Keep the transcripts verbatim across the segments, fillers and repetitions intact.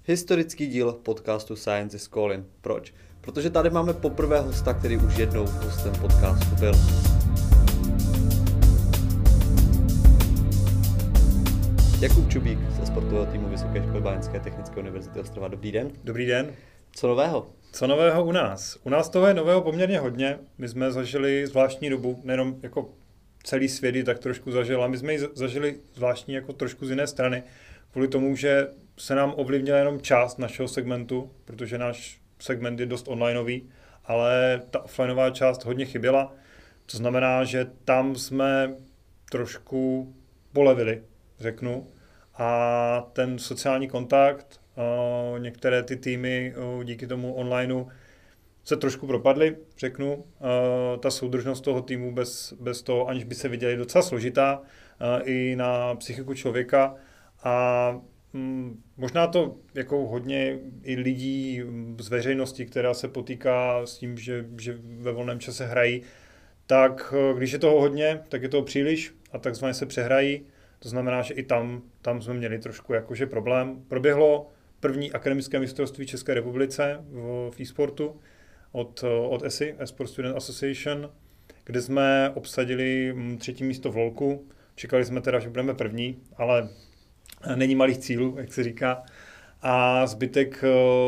Historický díl podcastu Science is Calling. Proč? Protože tady máme poprvé hosta, který už jednou hostem podcastu byl. Jakub Čubík ze sportového týmu Vysoké školy Báňské technické univerzity Ostrava. Dobrý den. Dobrý den. Co nového? Co nového u nás? U nás toho je nového poměrně hodně. My jsme zažili zvláštní dobu, nejenom jako celý svět ji tak trošku zažil, a my jsme ji zažili zvláštní jako trošku z jiné strany, kvůli tomu, že se nám ovlivnila jenom část našeho segmentu, protože náš segment je dost onlineový, ale ta offlineová část hodně chyběla. To znamená, že tam jsme trošku polevili, řeknu, a ten sociální kontakt, některé ty týmy díky tomu onlineu se trošku propadly, řeknu. Ta soudržnost toho týmu bez, bez toho, aniž by se viděli, docela složitá i na psychiku člověka. A možná to jako hodně i lidí z veřejnosti, která se potýká s tím, že, že ve volném čase hrají, tak když je toho hodně, tak je toho příliš a takzvaně se přehrají. To znamená, že i tam, tam jsme měli trošku jakože problém. Proběhlo první akademické mistrovství České republice v, v e-sportu od, od E S I, Esport Student Association, kde jsme obsadili třetí místo v lolku. Čekali jsme teda, že budeme první, ale není malých cílů, jak se říká. A zbytek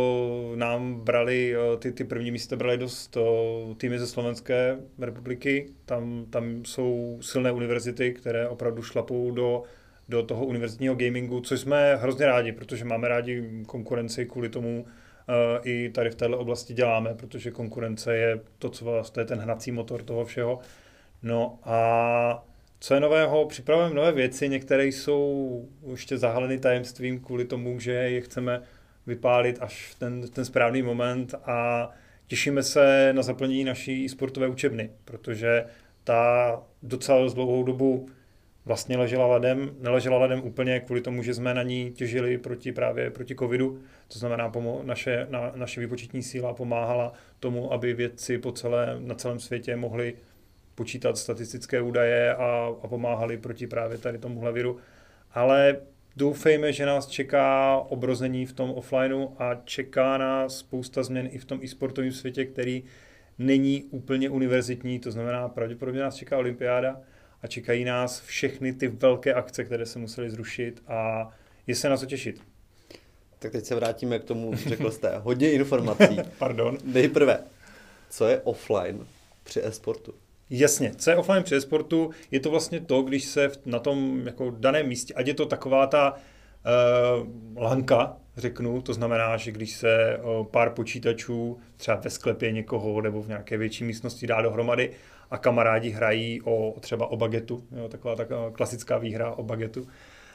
nám brali, ty, ty první místa brali dost týmy ze Slovenské republiky. Tam, tam jsou silné univerzity, které opravdu šlapou do, do toho univerzitního gamingu, což jsme hrozně rádi, protože máme rádi konkurenci, kvůli tomu i tady v této oblasti děláme, protože konkurence je to, co vlastně je ten hnací motor toho všeho. No a co je nového? Připravujeme nové věci, některé jsou ještě zahaleny tajemstvím kvůli tomu, že je chceme vypálit až v ten, ten správný moment, a těšíme se na zaplnění naší sportové učebny, protože ta docela dlouhou dobu vlastně ležela ladem, neležela ladem úplně kvůli tomu, že jsme na ní těžili proti právě proti covidu, to znamená pomo- naše, na, naše výpočetní síla pomáhala tomu, aby vědci po celé, na celém světě mohli počítat statistické údaje a, a pomáhali proti právě tady tomuhle viru. Ale doufejme, že nás čeká obrození v tom offlineu a čeká nás spousta změn i v tom e-sportovém světě, který není úplně univerzitní, to znamená, pravděpodobně nás čeká olympiáda a čekají nás všechny ty velké akce, které se musely zrušit, a je se na co těšit. Tak teď se vrátíme k tomu, řekl jste, hodně informací. Pardon. Nejprve, co je offline při e-sportu? Jasně, co je offline při e-sportu, je to vlastně to, když se na tom jako daném místě, ať je to taková ta uh, lanka, řeknu, to znamená, že když se uh, pár počítačů třeba ve sklepě někoho nebo v nějaké větší místnosti dá dohromady a kamarádi hrají o třeba o bagetu, jo, taková ta klasická výhra o bagetu.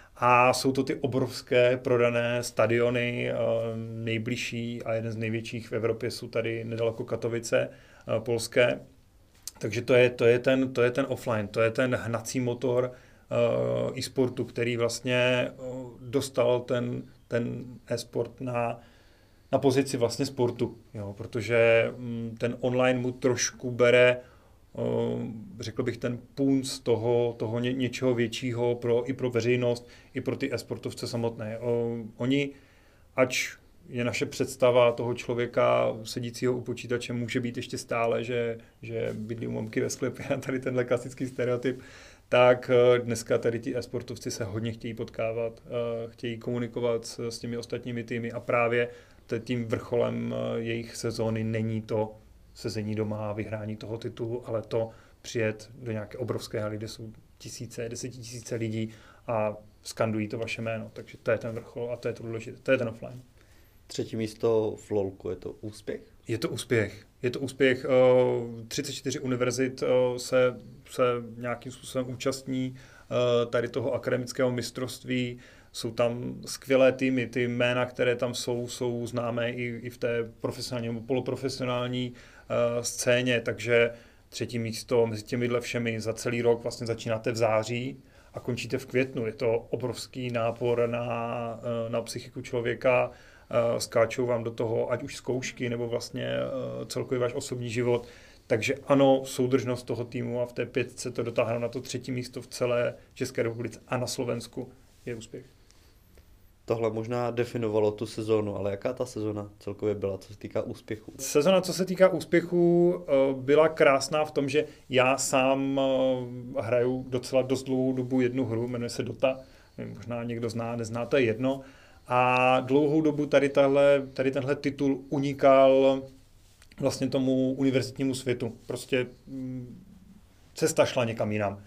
A jsou to ty obrovské prodané stadiony, uh, nejbližší a jeden z největších v Evropě jsou tady nedaleko Katovice, uh, polské. Takže to je, to, je ten, to je ten offline, to je ten hnací motor uh, e-sportu, který vlastně uh, dostal ten, ten e-sport na, na pozici vlastně sportu, jo, protože um, ten online mu trošku bere, uh, řekl bych, ten punc toho, toho ně, něčeho většího pro, i pro veřejnost, i pro ty e-sportovce samotné. Uh, oni, ač je naše představa toho člověka sedícího u počítače může být ještě stále, že, že bydlí u mamky ve sklepě a tady tenhle klasický stereotyp, tak dneska tady ti e-sportovci se hodně chtějí potkávat, chtějí komunikovat s, s těmi ostatními týmy, a právě tím vrcholem jejich sezóny není to sezení doma a vyhrání toho titulu, ale to přijet do nějaké obrovské haly, kde jsou tisíce, desetitisíce lidí a skandují to vaše jméno. Takže to je ten vrchol a to je to důležité, to je ten offline. Třetí místo v lolku, je to úspěch? Je to úspěch. Je to úspěch. třicet čtyři univerzit se, se nějakým způsobem účastní tady toho akademického mistrovství. Jsou tam skvělé týmy. Ty jména, které tam jsou, jsou známé i, i v té profesionální nebo poloprofesionální scéně. Takže třetí místo mezi těmihle všemi za celý rok vlastně začínáte v září a končíte v květnu. Je to obrovský nápor na, na psychiku člověka. Skáčou vám do toho ať už zkoušky, nebo vlastně celkový váš osobní život. Takže ano, soudržnost toho týmu a v té pětce to dotáhnou na to třetí místo v celé České republice a na Slovensku je úspěch. tohle možná definovalo tu sezónu, ale jaká ta sezóna celkově byla, co se týká úspěchů? Sezona, co se týká úspěchů, byla krásná v tom, že já sám hraju docela dost dlouhou dobu jednu hru, jmenuje se Dota, možná někdo zná, nezná, to je jedno. A dlouhou dobu tady, tahle, tady tenhle titul unikal vlastně tomu univerzitnímu světu. Prostě cesta šla někam jinam.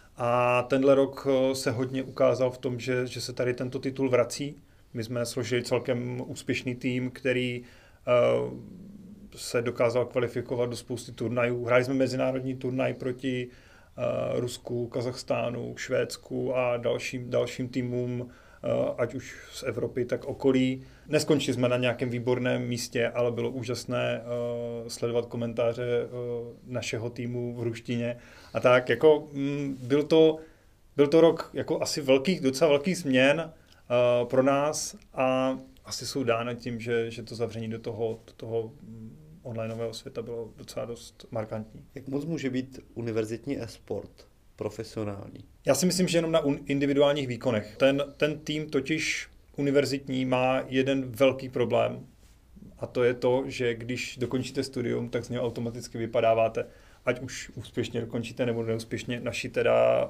A tenhle rok se hodně ukázal v tom, že, že se tady tento titul vrací. My jsme složili celkem úspěšný tým, který uh, se dokázal kvalifikovat do spousty turnajů. Hráli jsme mezinárodní turnaj proti uh, Rusku, Kazachstánu, Švédsku a dalším, dalším týmům, uh, ať už z Evropy, tak okolí. Neskončili jsme na nějakém výborném místě, ale bylo úžasné uh, sledovat komentáře uh, našeho týmu v ruštině. A tak jako mm, byl, to, byl to rok jako asi velkých, docela velkých změn uh, pro nás a asi jsou dány tím, že, že to zavření do toho, do toho onlineového světa bylo docela dost markantní. Jak moc může být univerzitní e-sport profesionální? Já si myslím, že jenom na individuálních výkonech. Ten, ten tým totiž univerzitní má jeden velký problém a to je to, že když dokončíte studium, tak z něho automaticky vypadáváte. Ať už úspěšně dokončíte nebo neúspěšně. Naši teda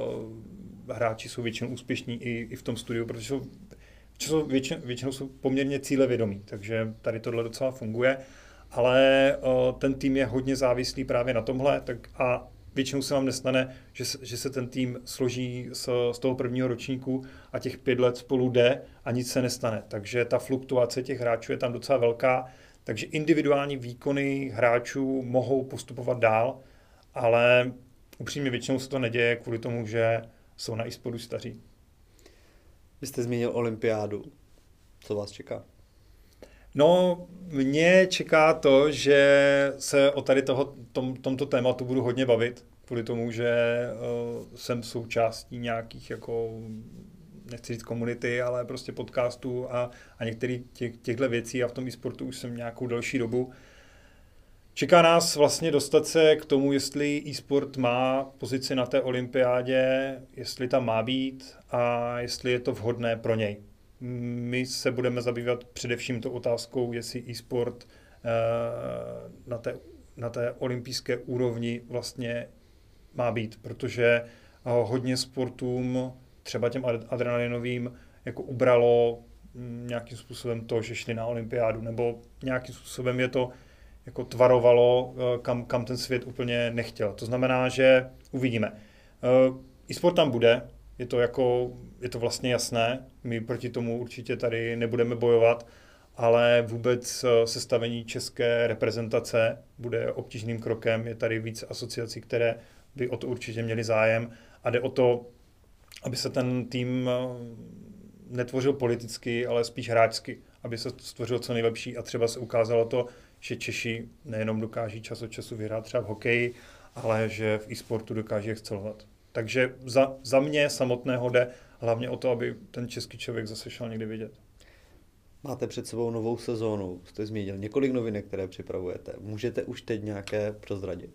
uh, hráči jsou většinou úspěšní i, i v tom studiu, protože jsou, jsou většinou, většinou jsou poměrně cílevědomí, takže tady tohle docela funguje. Ale uh, ten tým je hodně závislý právě na tomhle tak a většinou se vám nestane, že, že se ten tým složí z, z toho prvního ročníku a těch pět let spolu jde a nic se nestane. Takže ta fluktuace těch hráčů je tam docela velká. Takže individuální výkony hráčů mohou postupovat dál, ale upřímně většinou se to neděje kvůli tomu, že jsou na e-sportu staří. Vy jste zmínil olympiádu. Co vás čeká? No, mě čeká to, že se o tady toho, tom, tomto tématu budu hodně bavit, kvůli tomu, že uh, jsem součástí nějakých jako nechci říct komunity, ale prostě podcastů a, a některých těch, těchto věcí a v tom e-sportu už jsem nějakou delší dobu. Čeká nás vlastně dostat se k tomu, jestli e-sport má pozici na té olympiádě, jestli tam má být a jestli je to vhodné pro něj. My se budeme zabývat především tou otázkou, jestli e-sport na té, na té olympijské úrovni vlastně má být, protože hodně sportům třeba těm adrenalinovým jako ubralo nějakým způsobem to, že šli na olympiádu, nebo nějakým způsobem je to jako tvarovalo, kam, kam ten svět úplně nechtěl. To znamená, že uvidíme. E-sport tam bude, je to, jako, je to vlastně jasné, my proti tomu určitě tady nebudeme bojovat, ale vůbec sestavení české reprezentace bude obtížným krokem, je tady víc asociací, které by o to určitě měli zájem a jde o to, aby se ten tým netvořil politicky, ale spíš hráčsky, aby se stvořil co nejlepší a třeba se ukázalo to, že Češi nejenom dokáží čas od času vyhrát třeba v hokeji, ale že v e-sportu dokáží excelovat. Takže za, za mě samotného jde hlavně o to, aby ten český člověk zase šel někdy vidět. Máte před sebou novou sezónu, jste zmínil několik novinek, které připravujete. Můžete už teď nějaké prozradit?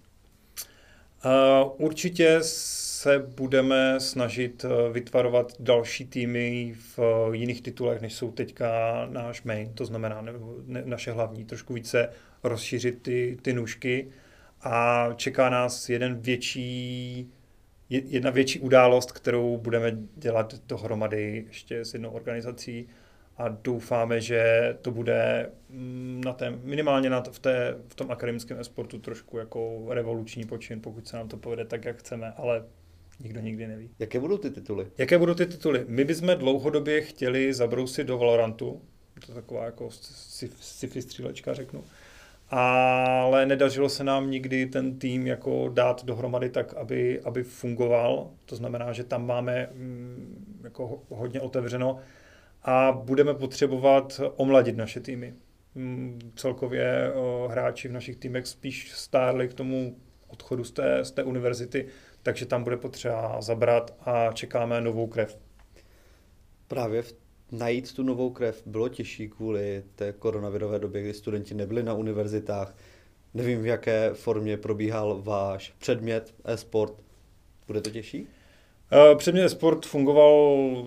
Uh, určitě se budeme snažit vytvarovat další týmy v jiných titulech, než jsou teďka náš main, to znamená ne, ne, naše hlavní, trošku více rozšířit ty, ty nůžky a čeká nás jeden větší, jedna větší událost, kterou budeme dělat dohromady ještě s jednou organizací a doufáme, že to bude na té, minimálně na, v, té, v tom akademickém e-sportu trošku jako revoluční počin, pokud se nám to povede tak, jak chceme, ale nikdo nikdy neví. Jaké budou ty tituly? Jaké budou ty tituly? My bychom dlouhodobě chtěli zabrousit do Valorantu, to je taková jako sci-fi střílečka, řeknu, ale nedařilo se nám nikdy ten tým jako dát dohromady tak, aby, aby fungoval, to znamená, že tam máme mm, jako hodně otevřeno, a budeme potřebovat omladit naše týmy. Celkově hráči v našich týmech spíš stárli k tomu odchodu z té, z té univerzity, takže tam bude potřeba zabrat a čekáme novou krev. Právě v, najít tu novou krev bylo těžší kvůli té koronavirové době, kdy studenti nebyli na univerzitách. Nevím, v jaké formě probíhal váš předmět e-sport. Bude to těžší? Předmět e-sport fungoval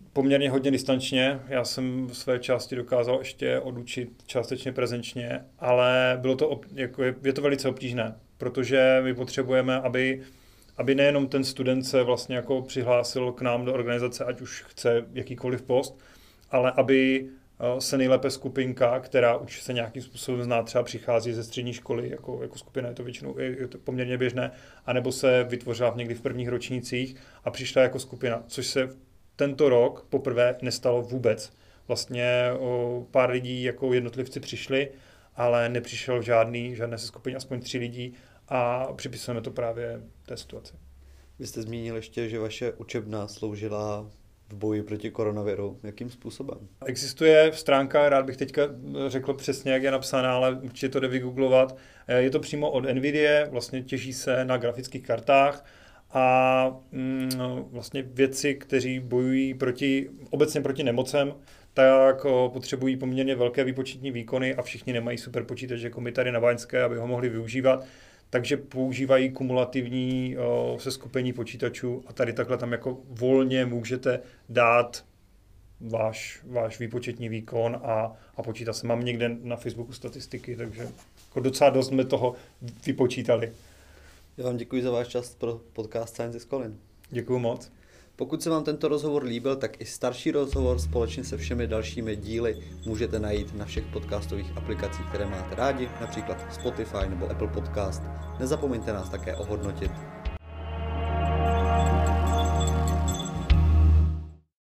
poměrně hodně distančně. Já jsem v své části dokázal ještě odučit částečně prezenčně, ale bylo to, jako je, je to velice obtížné, protože my potřebujeme, aby, aby nejenom ten student se vlastně jako přihlásil k nám do organizace, ať už chce jakýkoliv post, ale aby se nejlépe skupinka, která už se nějakým způsobem zná, třeba přichází ze střední školy, jako, jako skupina, je to většinou je to poměrně běžné, anebo se vytvořila někdy v prvních ročnících a přišla jako skupina, což se tento rok poprvé nestalo vůbec. Vlastně o pár lidí jako jednotlivci přišli, ale nepřišel žádný, žádné se skupině, aspoň tři lidí a připisujeme to právě té situaci. Vy jste zmínil ještě, že vaše učebna sloužila v boji proti koronaviru. Jakým způsobem? Existuje stránka, rád bych teďka řekl přesně, jak je napsaná, ale určitě to jde vygooglovat. Je to přímo od NVIDIA, vlastně těží se na grafických kartách a mm, vlastně vědci, kteří bojují proti, obecně proti nemocem, tak o, potřebují poměrně velké výpočetní výkony a všichni nemají super počítač jako my tady na Báňské, aby ho mohli využívat. Takže používají kumulativní o, seskupení počítačů a tady takhle tam jako volně můžete dát váš, váš výpočetní výkon a, a počítat se. Mám někde na Facebooku statistiky, takže jako docela dost jsme toho vypočítali. Já vám děkuji za váš čas pro podcast Science is Calling. Děkuji moc. Pokud se vám tento rozhovor líbil, tak i starší rozhovor společně se všemi dalšími díly můžete najít na všech podcastových aplikacích, které máte rádi, například Spotify nebo Apple Podcast. Nezapomeňte nás také ohodnotit.